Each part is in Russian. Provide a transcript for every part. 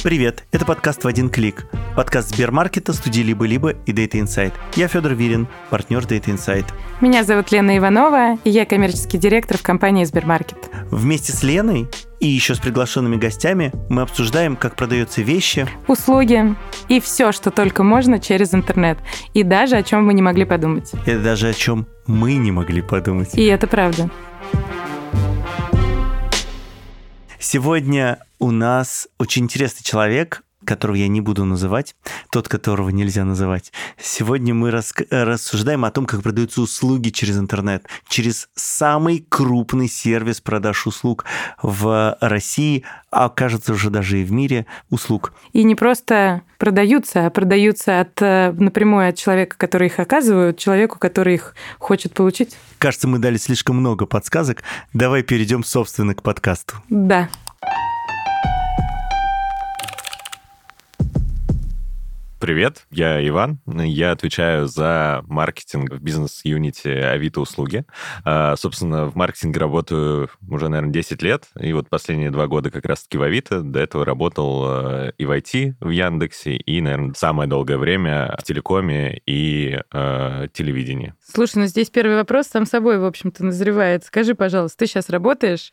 Привет, это подкаст «В один клик». Подкаст Сбермаркета, студии «Либо-либо» и Data Insight. Я Федор Вирин, партнер Data Insight. Меня зовут Лена Иванова, и я коммерческий директор в компании Сбермаркет. Вместе с Леной и еще с приглашенными гостями мы обсуждаем, как продаются вещи, услуги и все, что только можно через интернет. И даже о чем вы не могли подумать. И даже о чем мы не могли подумать. И это правда. Сегодня у нас очень интересный человек, которого я не буду называть, тот, которого нельзя называть. Сегодня мы рассуждаем о том, как продаются услуги через интернет, через самый крупный сервис продаж услуг в России, а кажется уже даже и в мире услуг. И не просто продаются, а продаются напрямую от человека, который их оказывает, человеку, который их хочет получить. Кажется, мы дали слишком много подсказок. Давай перейдем, собственно, к подкасту. Да. Привет, я Иван. Я отвечаю за маркетинг в бизнес-юните Авито услуги. Собственно, в маркетинге работаю уже, наверное, 10 лет. И вот последние 2 года как раз-таки в Авито. До этого работал и в IT в Яндексе, и, наверное, самое долгое время в телекоме и телевидении. Слушай, ну здесь первый вопрос сам собой, в общем-то, назревает. Скажи, пожалуйста, ты сейчас работаешь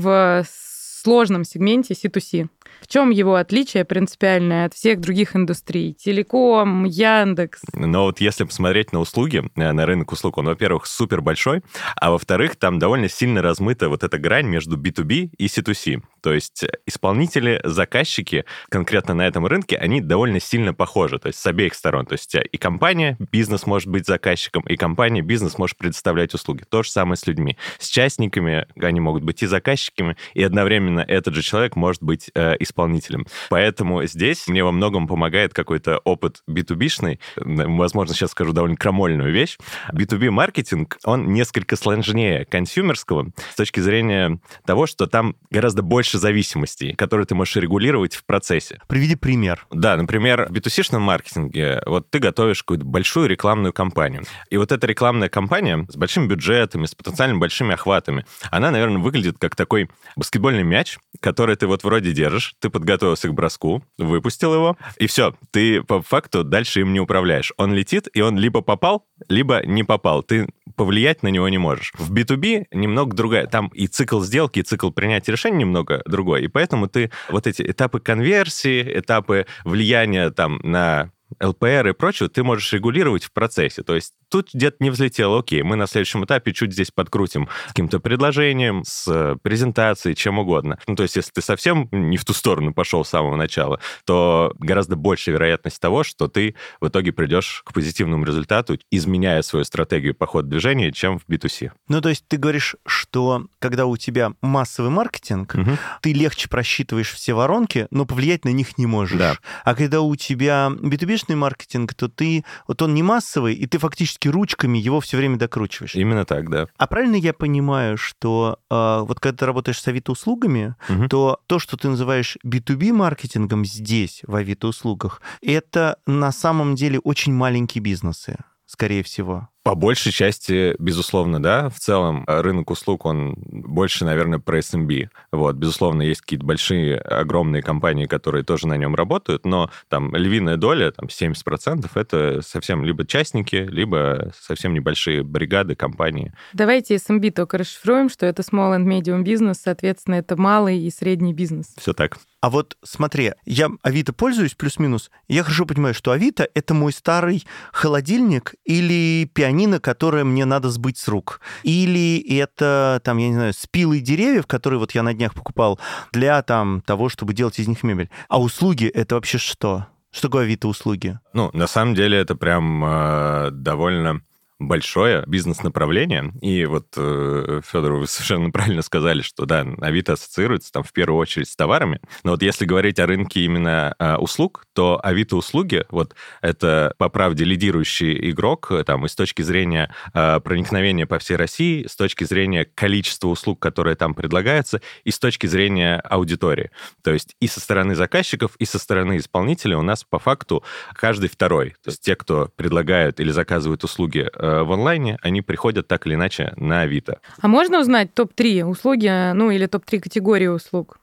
в сложном сегменте C2C. В чем его отличие принципиальное от всех других индустрий? Телеком, Яндекс. Но вот если посмотреть на услуги, на рынок услуг, он, во-первых, супер большой, а во-вторых, там довольно сильно размыта вот эта грань между B2B и C2C. То есть исполнители, заказчики конкретно на этом рынке, они довольно сильно похожи, то есть с обеих сторон. То есть и компания, бизнес может быть заказчиком, и компания, бизнес может предоставлять услуги. То же самое с людьми. С частниками они могут быть и заказчиками, и одновременно этот же человек может быть исполнителем. Поэтому здесь мне во многом помогает какой-то опыт B2B-шный. Возможно, сейчас скажу довольно крамольную вещь. B2B-маркетинг, он несколько сложнее консюмерского с точки зрения того, что там гораздо больше зависимостей, которые ты можешь регулировать в процессе. Приведи пример. Да, например, в B2C-шном маркетинге вот ты готовишь какую-то большую рекламную кампанию. И вот эта рекламная кампания с большими бюджетами, с потенциально большими охватами, она, наверное, выглядит как такой баскетбольный мяч, который ты вот вроде держишь, ты подготовился к броску, выпустил его, и все, ты по факту дальше им не управляешь. Он летит, и он либо попал, либо не попал. Ты повлиять на него не можешь. В B2B немного другая. Там и цикл сделки, и цикл принятия решений немного другой. И поэтому ты вот эти этапы конверсии, этапы влияния там на ЛПР и прочее, ты можешь регулировать в процессе. То есть тут где-то не взлетело, окей, мы на следующем этапе чуть здесь подкрутим с каким-то предложением, с презентацией, чем угодно. Ну, то есть если ты совсем не в ту сторону пошел с самого начала, то гораздо больше вероятность того, что ты в итоге придешь к позитивному результату, изменяя свою стратегию по ходу движения, чем в B2C. Ну, то есть ты говоришь, что когда у тебя массовый маркетинг, ты легче просчитываешь все воронки, но повлиять на них не можешь. Да. А когда у тебя B2B маркетинг, то он не массовый, и ты фактически ручками его все время докручиваешь. Именно так, да. А правильно я понимаю, что вот когда ты работаешь с Авито-услугами, то, что ты называешь B2B-маркетингом здесь, в Авито-услугах, это на самом деле очень маленькие бизнесы, скорее всего. По большей части, безусловно, да. В целом рынок услуг, он больше, наверное, про SMB. Вот, безусловно, есть какие-то большие, огромные компании, которые тоже на нем работают, но там львиная доля, там 70%, это совсем либо частники, либо совсем небольшие бригады, компании. Давайте SMB только расшифруем, что это small and medium business, соответственно, это малый и средний бизнес. Все так. А вот смотри, я Авито пользуюсь плюс-минус, и я хорошо понимаю, что Авито — это мой старый холодильник или пианино, которое мне надо сбыть с рук. Или это, там, я не знаю, спилы деревьев, которые вот я на днях покупал для там того, чтобы делать из них мебель. А услуги — это вообще что? Что такое Авито-услуги? Ну, на самом деле это прям довольно большое бизнес-направление. И вот, Федор, вы совершенно правильно сказали, что, да, Авито ассоциируется там в первую очередь с товарами. Но вот если говорить о рынке именно услуг, то Авито-услуги, вот это, по правде, лидирующий игрок там и с точки зрения проникновения по всей России, с точки зрения количества услуг, которые там предлагаются, и с точки зрения аудитории. То есть и со стороны заказчиков, и со стороны исполнителей у нас по факту каждый второй. То есть те, кто предлагают или заказывают услуги в онлайне, они приходят так или иначе на Авито. А можно узнать топ-3 услуги, ну или топ-3 категории услуг?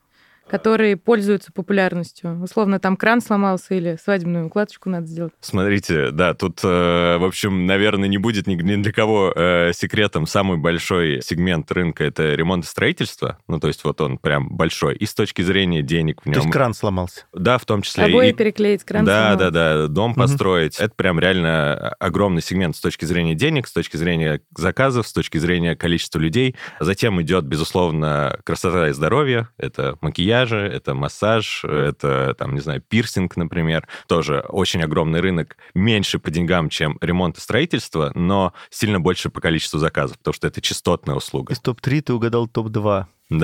которые пользуются популярностью? Условно, там кран сломался или свадебную укладочку надо сделать. Смотрите, да, тут, в общем, наверное, не будет ни для кого секретом. Самый большой сегмент рынка — это ремонт и строительство. Ну, то есть вот он прям большой. И с точки зрения денег в нем... То есть кран сломался? Да, в том числе. Обои переклеить, кран сломался. Да, дом построить. Это прям реально огромный сегмент с точки зрения денег, с точки зрения заказов, с точки зрения количества людей. Затем идет, безусловно, красота и здоровье. Это макияжи, это массаж, это, там, не знаю, пирсинг, например. Тоже очень огромный рынок. Меньше по деньгам, чем ремонт и строительство, но сильно больше по количеству заказов, потому что это частотная услуга. Из топ-3 ты угадал топ-2.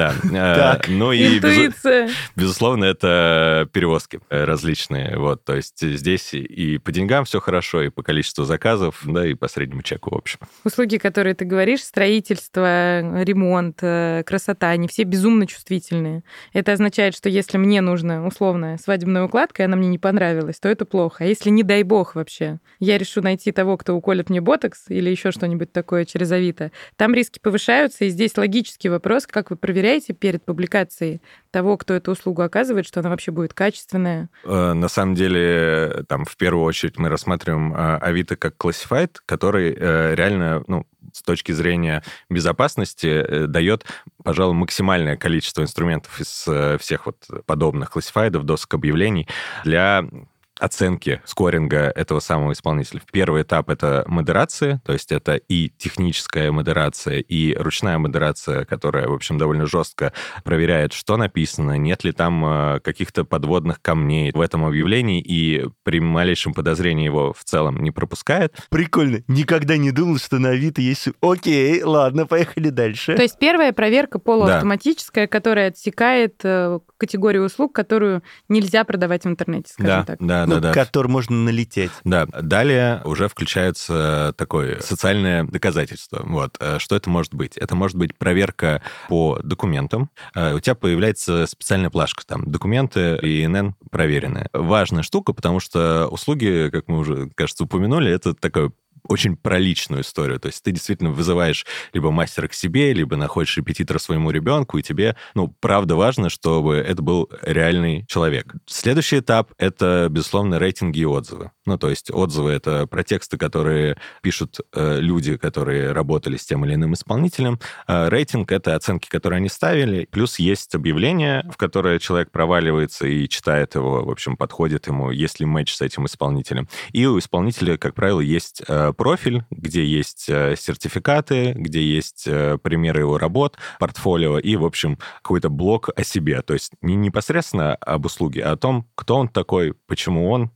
Да, ну и, интуиция. безусловно, это перевозки различные. Вот, то есть здесь и по деньгам все хорошо, и по количеству заказов, да, и по среднему чеку, в общем. Услуги, которые ты говоришь, строительство, ремонт, красота, они все безумно чувствительные. Это означает, что если мне нужна условная свадебная укладка, и она мне не понравилась, то это плохо. А если, не дай бог вообще, я решу найти того, кто уколет мне ботокс или еще что-нибудь такое через Авито, там риски повышаются, и здесь логический вопрос, как вы проверяете перед публикацией того, кто эту услугу оказывает, что она вообще будет качественная? На самом деле, там, в первую очередь мы рассматриваем Авито как classified, который реально, ну, с точки зрения безопасности дает, пожалуй, максимальное количество инструментов из всех вот подобных классифайдов, досок объявлений для оценки скоринга этого самого исполнителя. Первый этап — это модерация, то есть это и техническая модерация, и ручная модерация, которая, в общем, довольно жестко проверяет, что написано, нет ли там каких-то подводных камней в этом объявлении, и при малейшем подозрении его в целом не пропускает. Прикольно. Никогда не думал, что на Авито есть... Окей, ладно, поехали дальше. То есть первая проверка полуавтоматическая, которая отсекает категорию услуг, которую нельзя продавать в интернете, скажем так. Да. Который можно налететь. Да. Далее уже включается такое социальное доказательство. Вот. Что это может быть? Это может быть проверка по документам. У тебя появляется специальная плашка, там, документы ИНН проверены. Важная штука, потому что услуги, как мы уже, кажется, упомянули, это такое очень про личную историю. То есть ты действительно вызываешь либо мастера к себе, либо находишь репетитора своему ребенку, и тебе, ну, правда важно, чтобы это был реальный человек. Следующий этап — это, безусловно, рейтинги и отзывы. Ну, то есть отзывы — это про тексты, которые пишут люди, которые работали с тем или иным исполнителем. Рейтинг — это оценки, которые они ставили. Плюс есть объявление, в которое человек проваливается и читает его, в общем, подходит ему, есть ли матч с этим исполнителем. И у исполнителя, как правило, есть профиль, где есть сертификаты, где есть примеры его работ, портфолио и, в общем, какой-то блог о себе. То есть не непосредственно об услуге, а о том, кто он такой, почему он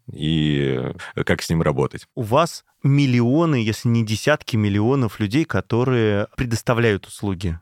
и как с ним работать. У вас миллионы, если не десятки миллионов людей, которые предоставляют услуги.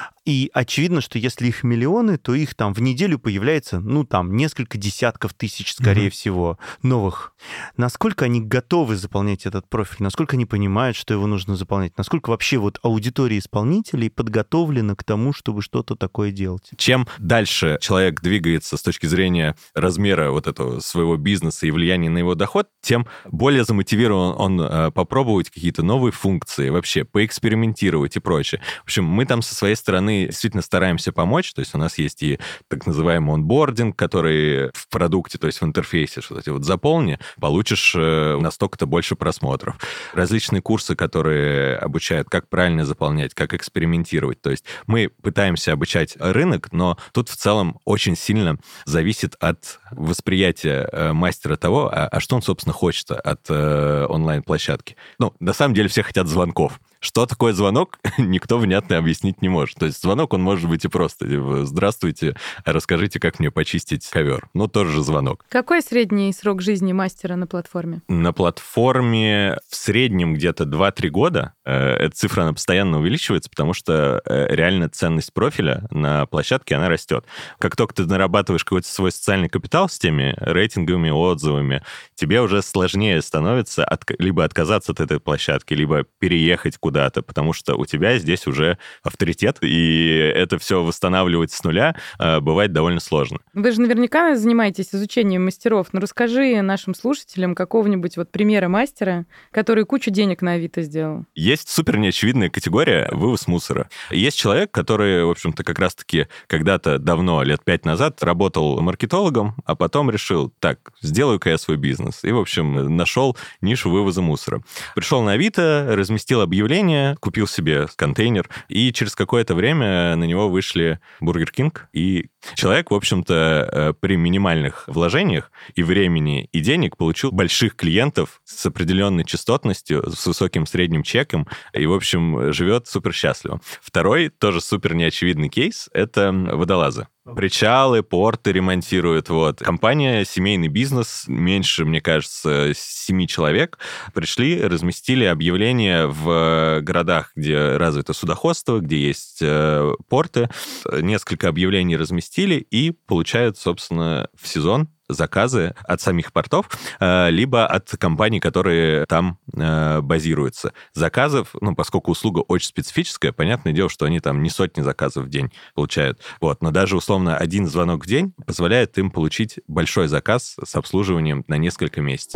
И очевидно, что если их миллионы, то их там в неделю появляется, ну, там, несколько десятков тысяч, скорее всего, новых. Насколько они готовы заполнять этот профиль? Насколько они понимают, что его нужно заполнять? Насколько вообще вот аудитория исполнителей подготовлена к тому, чтобы что-то такое делать? Чем дальше человек двигается с точки зрения размера вот этого своего бизнеса и влияния на его доход, тем более замотивирован он попробовать какие-то новые функции, вообще поэкспериментировать и прочее. В общем, мы там со своей стороны действительно стараемся помочь, то есть у нас есть и так называемый онбординг, который в продукте, то есть в интерфейсе, что ты вот заполни, получишь на столько-то больше просмотров. Различные курсы, которые обучают, как правильно заполнять, как экспериментировать. То есть мы пытаемся обучать рынок, но тут в целом очень сильно зависит от восприятия мастера того, а что он, собственно, хочет от онлайн-площадки. Ну, на самом деле все хотят звонков. Что такое звонок, никто внятно объяснить не может. То есть звонок, он может быть и просто: «Здравствуйте, расскажите, как мне почистить ковер». Ну, тоже же звонок. Какой средний срок жизни мастера на платформе? На платформе в среднем где-то 2-3 года. Эта цифра, она постоянно увеличивается, потому что реально ценность профиля на площадке, она растет. Как только ты нарабатываешь какой-то свой социальный капитал с теми рейтингами, отзывами, тебе уже сложнее становится либо отказаться от этой площадки, либо переехать куда куда-то, потому что у тебя здесь уже авторитет, и это все восстанавливать с нуля бывает довольно сложно. Вы же наверняка занимаетесь изучением мастеров, но расскажи нашим слушателям какого-нибудь вот примера мастера, который кучу денег на Авито сделал. Есть супер неочевидная категория — вывоз мусора. Есть человек, который, в общем-то, как раз-таки когда-то давно, лет 5 назад, работал маркетологом, а потом решил, так, сделаю-ка я свой бизнес. И, в общем, нашел нишу вывоза мусора. Пришел на Авито, разместил объявление, купил себе контейнер, и через какое-то время на него вышли Бургер Кинг. И человек, в общем-то, при минимальных вложениях и времени, и денег получил больших клиентов с определенной частотностью, с высоким средним чеком, и, в общем, живет супер счастливо. Второй, тоже супер неочевидный кейс, это водолазы. Причалы, порты ремонтируют. Вот. Компания, семейный бизнес, меньше, мне кажется, 7 человек, пришли, разместили объявления в городах, где развито судоходство, где есть порты. Несколько объявлений разместили и получают, собственно, в сезон заказы от самих портов, либо от компаний, которые там базируются. Заказов, поскольку услуга очень специфическая, понятное дело, что они там не сотни заказов в день получают. Вот. Но даже, условно, один звонок в день позволяет им получить большой заказ с обслуживанием на несколько месяцев.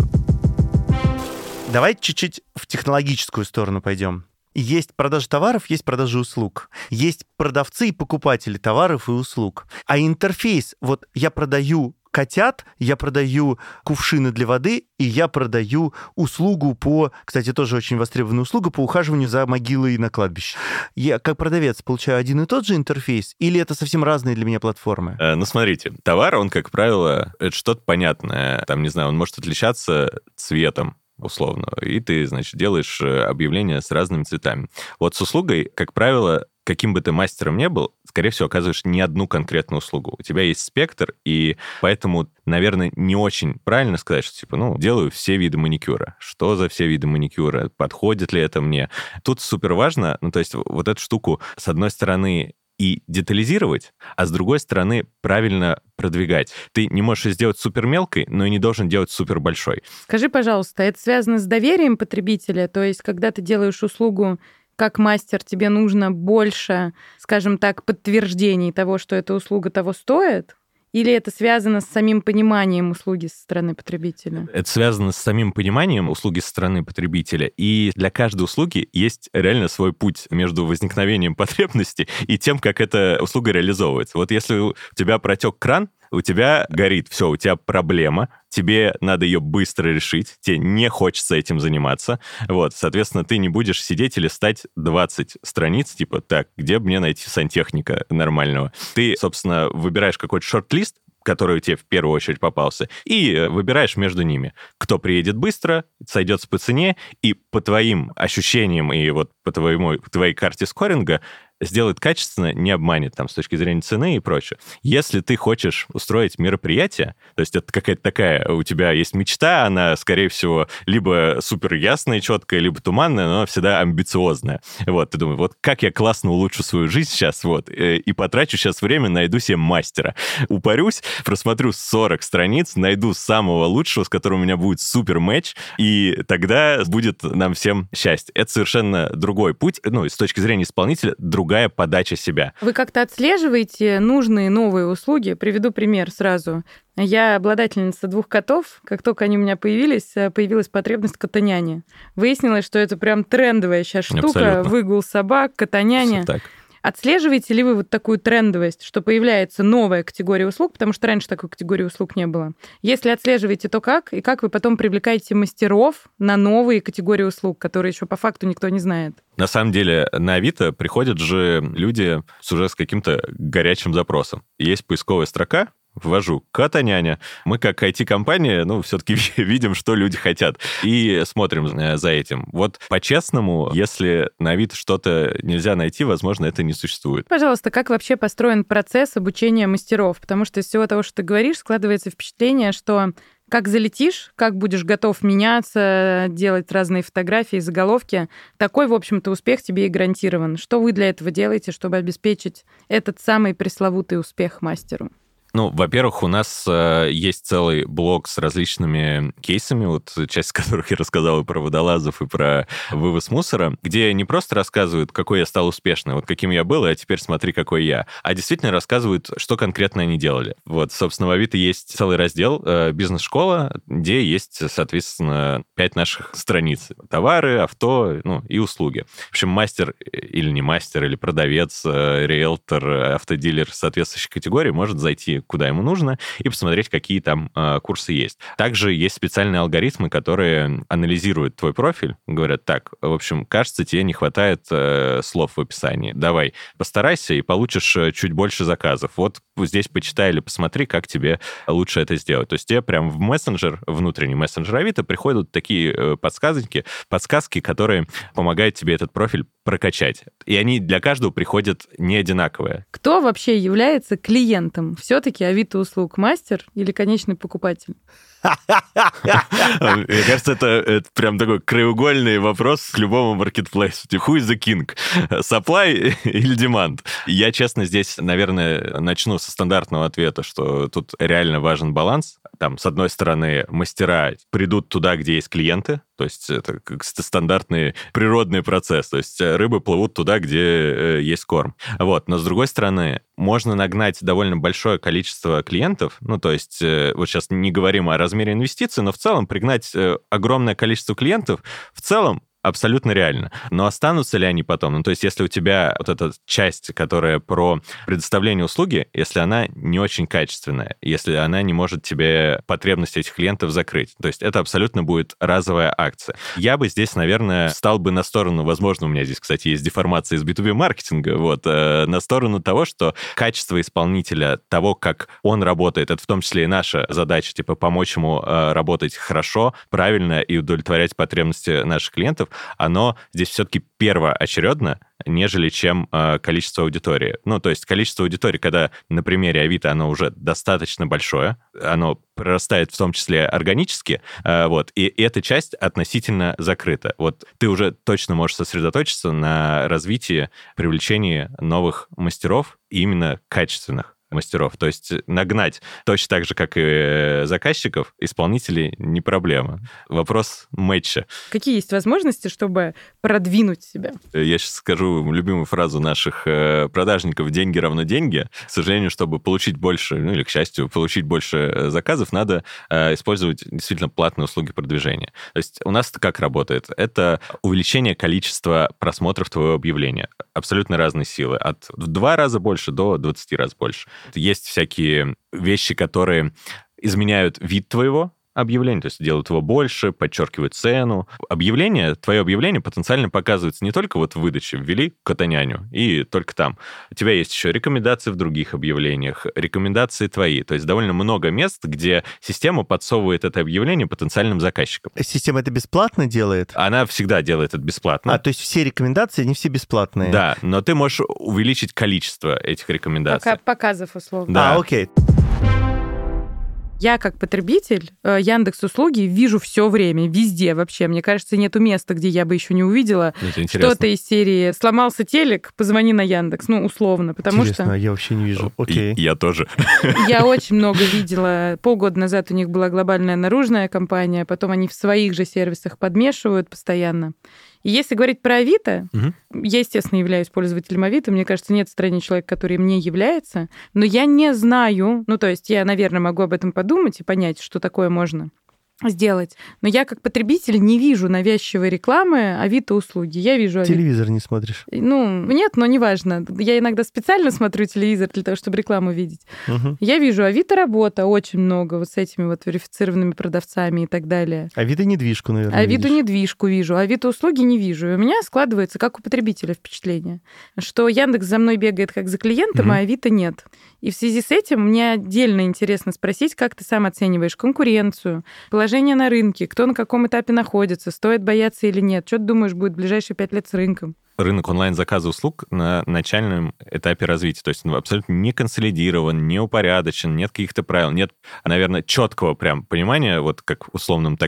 Давайте чуть-чуть в технологическую сторону пойдем. Есть продажа товаров, есть продажа услуг. Есть продавцы и покупатели товаров и услуг. А интерфейс, вот я продаю котят, я продаю кувшины для воды, и я продаю услугу по, кстати, тоже очень востребованная услуга, по ухаживанию за могилой на кладбище. Я как продавец получаю один и тот же интерфейс, или это совсем разные для меня платформы? Смотрите, товар, он, как правило, это что-то понятное. Там, не знаю, он может отличаться цветом, условно, и ты, значит, делаешь объявления с разными цветами. Вот с услугой, как правило, каким бы ты мастером ни был, скорее всего, оказываешь не одну конкретную услугу. У тебя есть спектр, и поэтому, наверное, не очень правильно сказать, что, делаю все виды маникюра. Что за все виды маникюра? Подходит ли это мне? Тут супер важно, то есть вот эту штуку, с одной стороны, и детализировать, а с другой стороны, правильно продвигать. Ты не можешь ее сделать супер мелкой, но и не должен делать супер большой. Скажи, пожалуйста, это связано с доверием потребителя? То есть, когда ты делаешь услугу как мастер, тебе нужно больше, скажем так, подтверждений того, что эта услуга того стоит? Или это связано с самим пониманием услуги со стороны потребителя? Это связано с самим пониманием услуги со стороны потребителя. И для каждой услуги есть реально свой путь между возникновением потребности и тем, как эта услуга реализовывается. Вот если у тебя протек кран, у тебя горит, все, у тебя проблема, тебе надо ее быстро решить, тебе не хочется этим заниматься, вот, соответственно, ты не будешь сидеть и листать 20 страниц, типа, так, где мне найти сантехника нормального? Ты, собственно, выбираешь какой-то шорт-лист, который тебе в первую очередь попался, и выбираешь между ними, кто приедет быстро, сойдется по цене, и по твоим ощущениям и вот по твоей карте скоринга сделает качественно, не обманет там с точки зрения цены и прочее. Если ты хочешь устроить мероприятие, то есть это какая-то такая, у тебя есть мечта, она, скорее всего, либо супер ясная, четкая, либо туманная, но она всегда амбициозная. Вот, ты думаешь, вот как я классно улучшу свою жизнь сейчас, вот, и потрачу сейчас время, найду себе мастера. Упарюсь, просмотрю 40 страниц, найду самого лучшего, с которым у меня будет супер матч, и тогда будет нам всем счастье. Это совершенно другой путь, с точки зрения исполнителя, другая подача себя. Вы как-то отслеживаете нужные новые услуги? Приведу пример сразу. Я обладательница 2 котов. Как только они у меня появилась потребность котоняни. Выяснилось, что это прям трендовая сейчас штука. Абсолютно. Выгул собак, котоняня. Все так. Отслеживаете ли вы вот такую трендовость, что появляется новая категория услуг, потому что раньше такой категории услуг не было? Если отслеживаете, то как? И как вы потом привлекаете мастеров на новые категории услуг, которые еще по факту никто не знает? На самом деле на Авито приходят же люди уже с каким-то горячим запросом. Есть поисковая строка, ввожу «Кота-няня». Мы, как IT-компания, все-таки видим, что люди хотят, и смотрим за этим. Вот по-честному, если на Авито что-то нельзя найти, возможно, это не существует. Пожалуйста, как вообще построен процесс обучения мастеров? Потому что из всего того, что ты говоришь, складывается впечатление, что как залетишь, как будешь готов меняться, делать разные фотографии, заголовки, такой, в общем-то, успех тебе и гарантирован. Что вы для этого делаете, чтобы обеспечить этот самый пресловутый успех мастеру? Ну, во-первых, у нас есть целый блог с различными кейсами, вот часть из которых я рассказал и про водолазов, и про вывоз мусора, где не просто рассказывают, какой я стал успешным, вот каким я был, а теперь смотри, какой я, а действительно рассказывают, что конкретно они делали. Вот, собственно, в Авито есть целый раздел «Бизнес-школа», где есть, соответственно, 5 наших страниц. Товары, авто, ну, и услуги. В общем, мастер или не мастер, или продавец, риэлтор, автодилер соответствующей категории может зайти куда ему нужно, и посмотреть, какие там курсы есть. Также есть специальные алгоритмы, которые анализируют твой профиль, говорят, так, в общем, кажется, тебе не хватает слов в описании. Давай, постарайся и получишь чуть больше заказов. Вот здесь почитай или посмотри, как тебе лучше это сделать. То есть тебе прям в мессенджер, внутренний мессенджер Авито приходят такие подсказки, которые помогают тебе этот профиль прокачать. И они для каждого приходят не одинаковые. Кто вообще является клиентом? Все-таки Авито услуг мастер или конечный покупатель? Мне кажется, это прям такой краеугольный вопрос к любому маркетплейсу. Who is the king? Supply или demand? Я, честно, здесь, наверное, начну со стандартного ответа, что тут реально важен баланс. Там, с одной стороны, мастера придут туда, где есть клиенты, то есть это как стандартный природный процесс, то есть рыбы плывут туда, где есть корм. Вот. Но, с другой стороны, можно нагнать довольно большое количество клиентов, ну, то есть вот сейчас не говорим о размере инвестиций, но в целом пригнать огромное количество клиентов в целом абсолютно реально. Но останутся ли они потом? Ну, то есть, если у тебя вот эта часть, которая про предоставление услуги, если она не очень качественная, если она не может тебе потребности этих клиентов закрыть, то есть это абсолютно будет разовая акция. Я бы здесь, наверное, встал бы на сторону, возможно, у меня здесь, кстати, есть деформация из B2B-маркетинга, вот, на сторону того, что качество исполнителя, того, как он работает, это в том числе и наша задача, типа, помочь ему работать хорошо, правильно и удовлетворять потребности наших клиентов, оно здесь все-таки первоочередно, нежели чем количество аудитории. Ну, то есть количество аудитории, когда на примере Авито оно уже достаточно большое, оно прорастает в том числе органически, вот, и эта часть относительно закрыта. Вот ты уже точно можешь сосредоточиться на развитии, привлечении новых мастеров, и именно качественных мастеров. То есть нагнать точно так же, как и заказчиков, исполнителей не проблема. Вопрос мэтча. Какие есть возможности, чтобы продвинуть себя? Я сейчас скажу любимую фразу наших продажников: «Деньги равно деньги». К сожалению, чтобы получить больше, ну или, к счастью, получить больше заказов, надо использовать действительно платные услуги продвижения. То есть у нас это как работает? Это увеличение количества просмотров твоего объявления. Абсолютно разные силы. От в 2 раза больше до 20 раз больше. Есть всякие вещи, которые изменяют вид твоего объявление, то есть делают его больше, подчеркивают цену. Твое объявление потенциально показывается не только вот в выдаче, ввели кота-няню, и только там. У тебя есть еще рекомендации в других объявлениях, рекомендации твои. То есть довольно много мест, где система подсовывает это объявление потенциальным заказчикам. Система это бесплатно делает? Она всегда делает это бесплатно. То есть все рекомендации, не все бесплатные? Да, но ты можешь увеличить количество этих рекомендаций. Показов, условно. Да. Окей. Я как потребитель Яндекс.Услуги вижу все время, везде вообще. Мне кажется, нету места, где я бы еще не увидела что-то из серии «Сломался телек, позвони на Яндекс», ну, условно, потому Интересно, я вообще не вижу. Окей. Я тоже. Я очень много видела. Полгода назад у них была глобальная наружная кампания, потом они в своих же сервисах подмешивают постоянно. И если говорить про Авито, я, естественно, являюсь пользователем Авито, мне кажется, нет в стране человека, который мне является, но я не знаю, ну, то есть я, наверное, могу об этом подумать и понять, что такое можно сделать. Но я как потребитель не вижу навязчивой рекламы Авито-услуги. Я вижу Авито. Телевизор не смотришь? Ну, нет, но неважно. Я иногда специально смотрю телевизор для того, чтобы рекламу видеть. Я вижу Авито-работа очень много вот с этими вот верифицированными продавцами и так далее. Авито-недвижку, наверное, Авито-недвижку вижу, Авито-услуги не вижу. И у меня складывается, как у потребителя, впечатление, что Яндекс за мной бегает как за клиентом, а Авито нет. И в связи с этим мне отдельно интересно спросить, как ты сам оцениваешь конкуренцию, положение на рынке, кто на каком этапе находится, стоит бояться или нет. Что ты думаешь, будет в ближайшие 5 лет с рынком? Рынок онлайн-заказа услуг на начальном этапе развития. То есть он абсолютно не консолидирован, не упорядочен, нет каких-то правил, нет, наверное, четкого прям понимания, вот как в условном такси,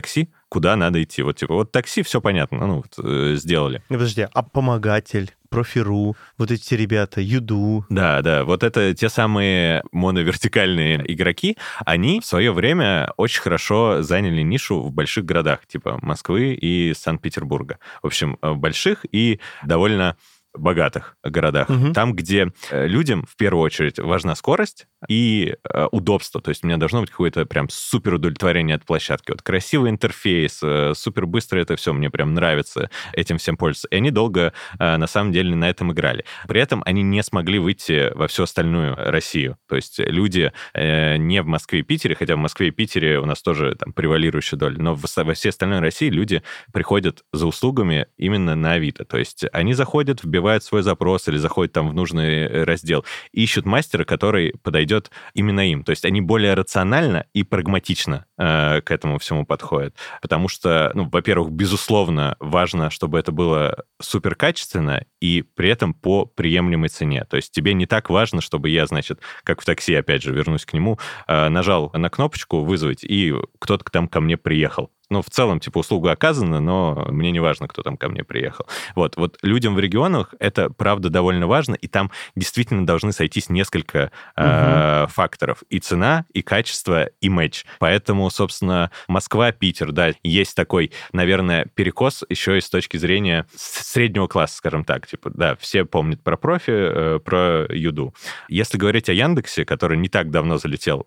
куда надо идти. Вот типа, вот такси, все понятно, ну вот сделали. Подожди, а помогатель, Профи.ру, вот эти ребята, Юду. Да, вот это те самые моновертикальные игроки, они в свое время очень хорошо заняли нишу в больших городах, типа Москвы и Санкт-Петербурга. В общем, в больших и довольно богатых городах. Мгм. Там, где людям в первую очередь важна скорость и удобство. То есть у меня должно быть какое-то прям супер удовлетворение от площадки. Вот красивый интерфейс, супер быстро это все, мне прям нравится этим всем пользоваться. И они долго, на самом деле, на этом играли. При этом они не смогли выйти во всю остальную Россию. То есть люди не в Москве и Питере, хотя в Москве и Питере у нас тоже там превалирующая доля, но во всей остальной России люди приходят за услугами именно на Авито. То есть они заходят, вбивают свой запрос или заходят там в нужный раздел, ищут мастера, который подойдет именно им. То есть они более рационально и прагматично к этому всему подходят. Потому что, ну, во-первых, безусловно, важно, чтобы это было суперкачественно и при этом по приемлемой цене. То есть тебе не так важно, чтобы я, значит, как в такси, опять же, вернусь к нему, нажал на кнопочку «вызвать», и кто-то там ко мне приехал. Ну, в целом, типа, услуга оказана, но мне не важно, кто там ко мне приехал. Вот людям в регионах это, правда, довольно важно, и там действительно должны сойтись несколько факторов. И цена, и качество, и матч. Поэтому, собственно, Москва, Питер, да, есть такой, наверное, перекос еще и с точки зрения среднего класса, скажем так. Типа, да, все помнят про Профи, про Юду. Если говорить о Яндексе, который не так давно залетел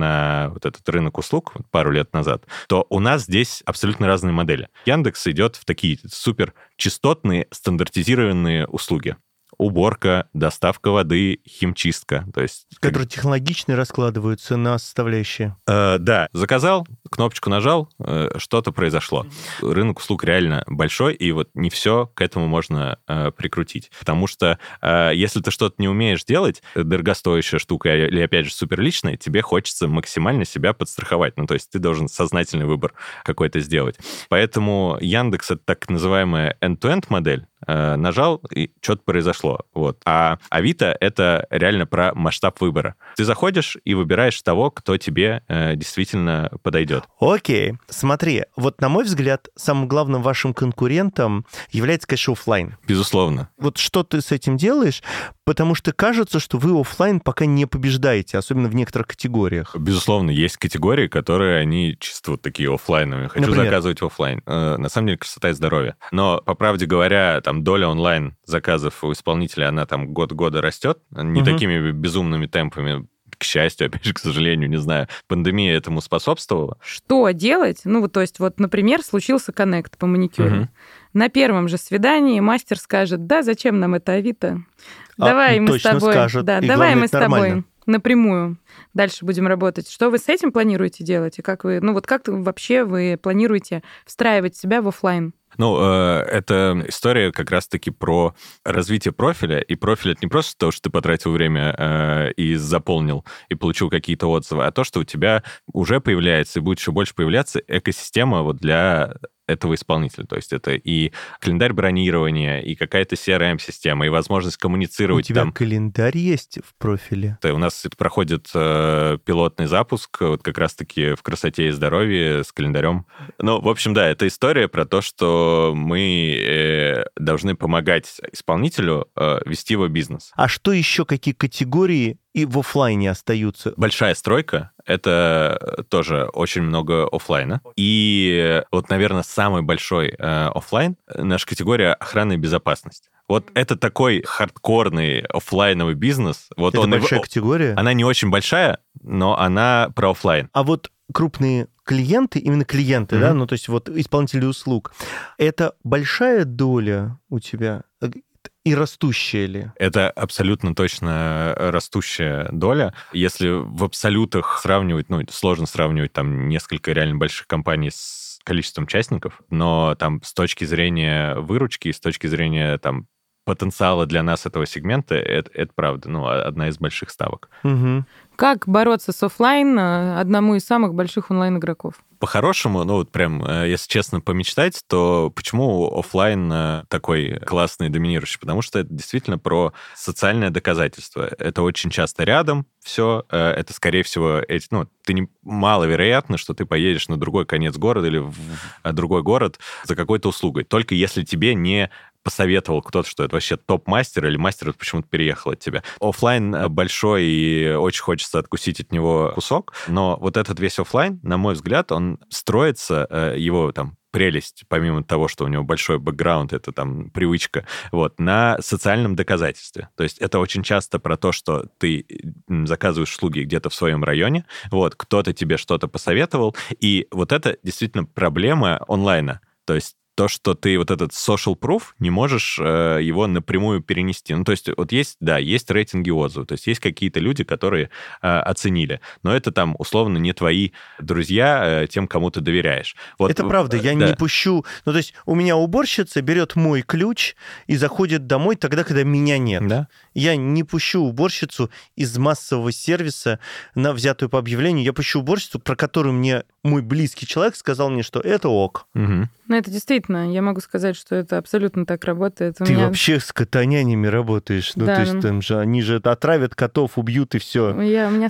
на вот этот рынок услуг, пару лет назад, то у нас здесь абсолютно разные модели. Яндекс идет в такие супер частотные, стандартизированные услуги. Уборка, доставка воды, химчистка. То есть, Которые технологично раскладываются на составляющие. Да, заказал, кнопочку нажал, что-то произошло. Рынок услуг реально большой, и вот не все к этому можно прикрутить. Потому что если ты что-то не умеешь делать, дорогостоящая штука или, опять же, суперличная, тебе хочется максимально себя подстраховать. Ну, то есть ты должен сознательный выбор какой-то сделать. Поэтому Яндекс — это так называемая end-to-end модель. Нажал, и что-то произошло. Вот. А Авито — это реально про масштаб выбора. Ты заходишь и выбираешь того, кто тебе действительно подойдет. Окей. Смотри, вот на мой взгляд, самым главным вашим конкурентом является, конечно, офлайн. Безусловно. Вот что ты с этим делаешь? Потому что кажется, что вы офлайн пока не побеждаете, особенно в некоторых категориях. Безусловно, есть категории, которые они чисто вот такие офлайновые. Хочу Например? заказывать офлайн. На самом деле, красота и здоровье. Но, по правде говоря, там доля онлайн заказов у исполнителя, она там год-года растет. Не такими безумными темпами. К счастью, опять же, к сожалению, не знаю, пандемия этому способствовала. Что делать? Ну, вот, то есть, вот, например, случился коннект по маникюру. На первом же свидании мастер скажет: да, зачем нам это Авито? Давай мы с точно тобой... скажет. Да, И давай главное, мы с это тобой нормально. напрямую дальше будем работать. Что вы с этим планируете делать? И как вы... Ну, вот как вообще вы планируете встраивать себя в офлайн? Ну, это история как раз-таки про развитие профиля. И профиль — это не просто то, что ты потратил время и заполнил, и получил какие-то отзывы, а то, что у тебя уже появляется и будет еще больше появляться экосистема вот для этого исполнителя. То есть это и календарь бронирования, и какая-то CRM-система, и возможность У коммуницировать тебя там. календарь есть в профиле? У нас проходит пилотный запуск вот как раз-таки в красоте и здоровье с календарем. Ну, в общем, да, это история про то, что мы должны помогать исполнителю вести его бизнес. А что еще, какие категории и в офлайне остаются? Большая стройка — это тоже очень много офлайна. И вот, наверное, самый большой офлайн — наша категория охрана и безопасность. Вот это такой хардкорный офлайновый бизнес. Вот Это большая категория? Она не очень большая, но она про офлайн. А вот крупные клиенты, именно клиенты, да, ну то есть вот исполнители услуг, это большая доля у тебя и растущая ли? Это абсолютно точно растущая доля. Если в абсолютах сравнивать, ну, сложно сравнивать там несколько реально больших компаний с количеством участников, но там с точки зрения выручки, с точки зрения там потенциала для нас этого сегмента, это правда, одна из больших ставок. Угу. Как бороться с офлайн одному из самых больших онлайн-игроков? По-хорошему, если честно помечтать, то почему офлайн такой классный, доминирующий? Потому что это действительно про социальное доказательство. Это очень часто рядом все. Это, скорее всего, маловероятно, что ты поедешь на другой конец города или в другой город за какой-то услугой. Только если тебе не посоветовал кто-то, что это вообще топ-мастер, или мастер почему-то переехал от тебя. Офлайн большой, и очень хочется откусить от него кусок, но вот этот весь офлайн, на мой взгляд, он строится, его прелесть, помимо того, что у него большой бэкграунд, это привычка, на социальном доказательстве. То есть это очень часто про то, что ты заказываешь услуги где-то в своем районе, кто-то тебе что-то посоветовал, и вот это действительно проблема онлайна. То есть то, что ты этот social proof не можешь его напрямую перенести. То есть есть рейтинги отзывов, то есть есть какие-то люди, которые оценили, но это условно не твои друзья, тем, кому ты доверяешь. Это правда, я не пущу... то есть у меня уборщица берет мой ключ и заходит домой тогда, когда меня нет. Да? Я не пущу уборщицу из массового сервиса на взятую по объявлению. Я пущу уборщицу, про которую мне мой близкий человек сказал мне, что это ок. Угу. Это действительно, я могу сказать, что это абсолютно так работает. Ты вообще с котонянями работаешь. Да, то есть там же они же отравят котов, убьют и все. У меня с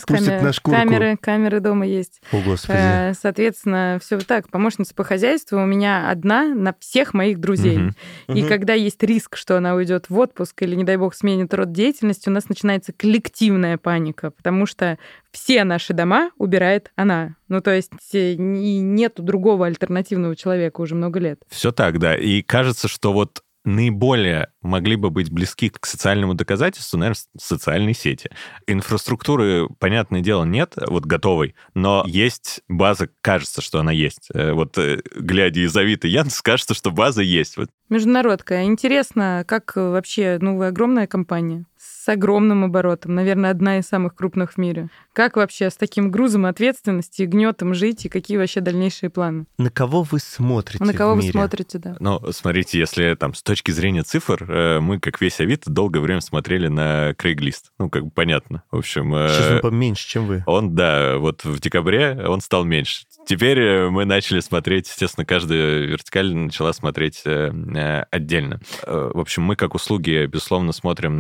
камеры дома есть. О, Господи. Соответственно, все так. Помощница по хозяйству у меня одна на всех моих друзей. И когда есть риск, что она уйдет в отпуск или, не дай бог, сменит род деятельности, у нас начинается коллективная паника, потому что все наши дома убирает она. То есть нету другого альтернативного человека уже много лет. Все так, да. И кажется, что наиболее могли бы быть близки к социальному доказательству, наверное, социальные сети. Инфраструктуры, понятное дело, нет, готовой, но есть база, кажется, что она есть. Глядя из Авито, Яндекс, кажется, что база есть. Международка. Интересно, как вообще, вы огромная компания с огромным оборотом, наверное, одна из самых крупных в мире. Как вообще с таким грузом ответственности и гнетом жить, и какие вообще дальнейшие планы? На кого вы смотрите На кого в вы мире? смотрите, да. Смотрите, если с точки зрения цифр, мы, как весь Авито, долгое время смотрели на Craigslist. понятно. В общем... Сейчас он поменьше, чем вы. Он, да, в декабре он стал меньше. Теперь мы начали смотреть, естественно, каждая вертикаль начала смотреть отдельно. В общем, мы как услуги, безусловно, смотрим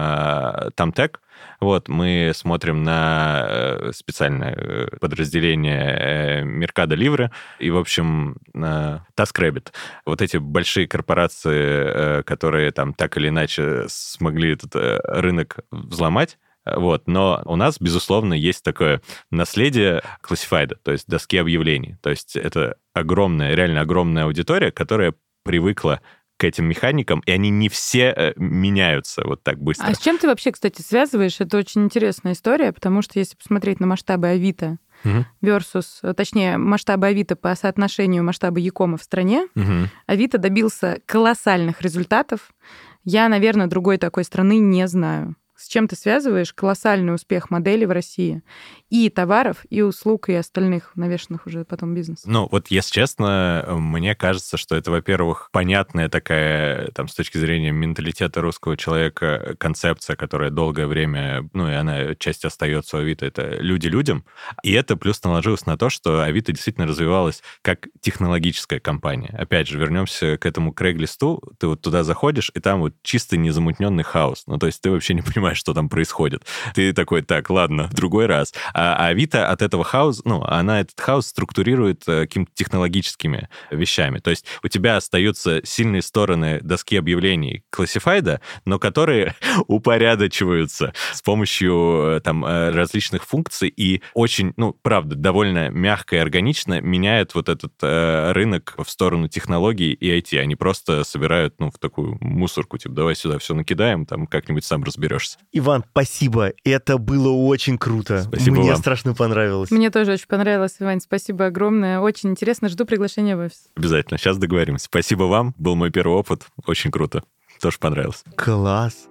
на Тамтек. Мы смотрим на специальное подразделение Mercado Libre и, в общем, TaskRabbit. Эти большие корпорации, которые так или иначе смогли этот рынок взломать. Но у нас, безусловно, есть такое наследие Classified, то есть доски объявлений. То есть это реально огромная аудитория, которая привыкла к этим механикам, и они не все меняются так быстро. А с чем ты вообще, кстати, связываешь? Это очень интересная история, потому что если посмотреть на масштабы Авито versus, точнее, масштабы Авито по соотношению масштаба Якома в стране, Авито добился колоссальных результатов. Я, наверное, другой такой страны не знаю. С чем ты связываешь колоссальный успех модели в России? И товаров, и услуг, и остальных навешанных уже потом бизнесов. Если честно, мне кажется, что это, во-первых, понятная такая, с точки зрения менталитета русского человека, концепция, которая долгое время, и она отчасти остается у Авито, это люди людям. И это плюс наложилось на то, что Авито действительно развивалась как технологическая компания. Опять же, вернемся к этому Craigslist. Ты туда заходишь, и там чисто незамутненный хаос. То есть ты вообще не понимаешь, что там происходит. Ты такой, так, ладно, в другой раз. А Авито от этого хаоса, она этот хаос структурирует какими-то технологическими вещами. То есть у тебя остаются сильные стороны доски объявлений Classified, но которые упорядочиваются с помощью различных функций и очень, правда, довольно мягко и органично меняют этот рынок в сторону технологий и IT. Они просто собирают, в такую мусорку, давай сюда все накидаем, как-нибудь сам разберешься. Иван, спасибо. Это было очень круто. Спасибо Мне вам. страшно понравилось. Мне тоже очень понравилось, Иван. Спасибо огромное. Очень интересно. Жду приглашения в офис. Обязательно. Сейчас договоримся. Спасибо вам. Был мой первый опыт. Очень круто. Тоже понравилось. Класс.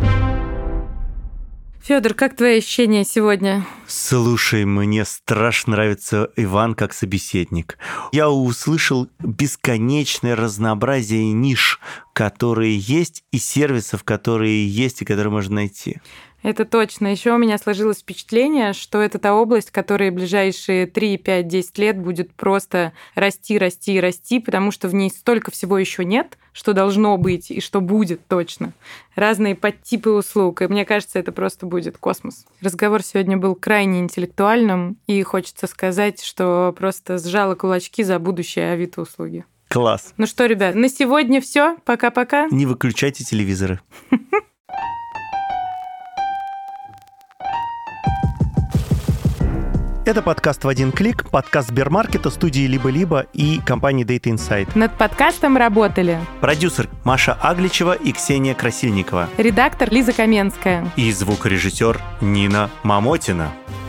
Федор, как твои ощущения сегодня? Слушай, мне страшно нравится Иван как собеседник. Я услышал бесконечное разнообразие ниш, которые есть, и сервисов, которые есть, и которые можно найти. Это точно. Еще у меня сложилось впечатление, что это та область, которая в ближайшие 3, 5, 10 лет будет просто расти, расти и расти, потому что в ней столько всего еще нет, что должно быть и что будет точно. Разные подтипы услуг. И мне кажется, это просто будет космос. Разговор сегодня был крайне интеллектуальным, и хочется сказать, что просто сжала кулачки за будущее Авито-услуги. Класс. Ну что, ребят, на сегодня все. Пока-пока. Не выключайте телевизоры. Это подкаст «В один клик», подкаст Сбермаркета, студии «Либо-либо» и компании Data Insight. Над подкастом работали Продюсер Маша Агличева и Ксения Красильникова. редактор Лиза Каменская И звукорежиссер Нина Мамотина.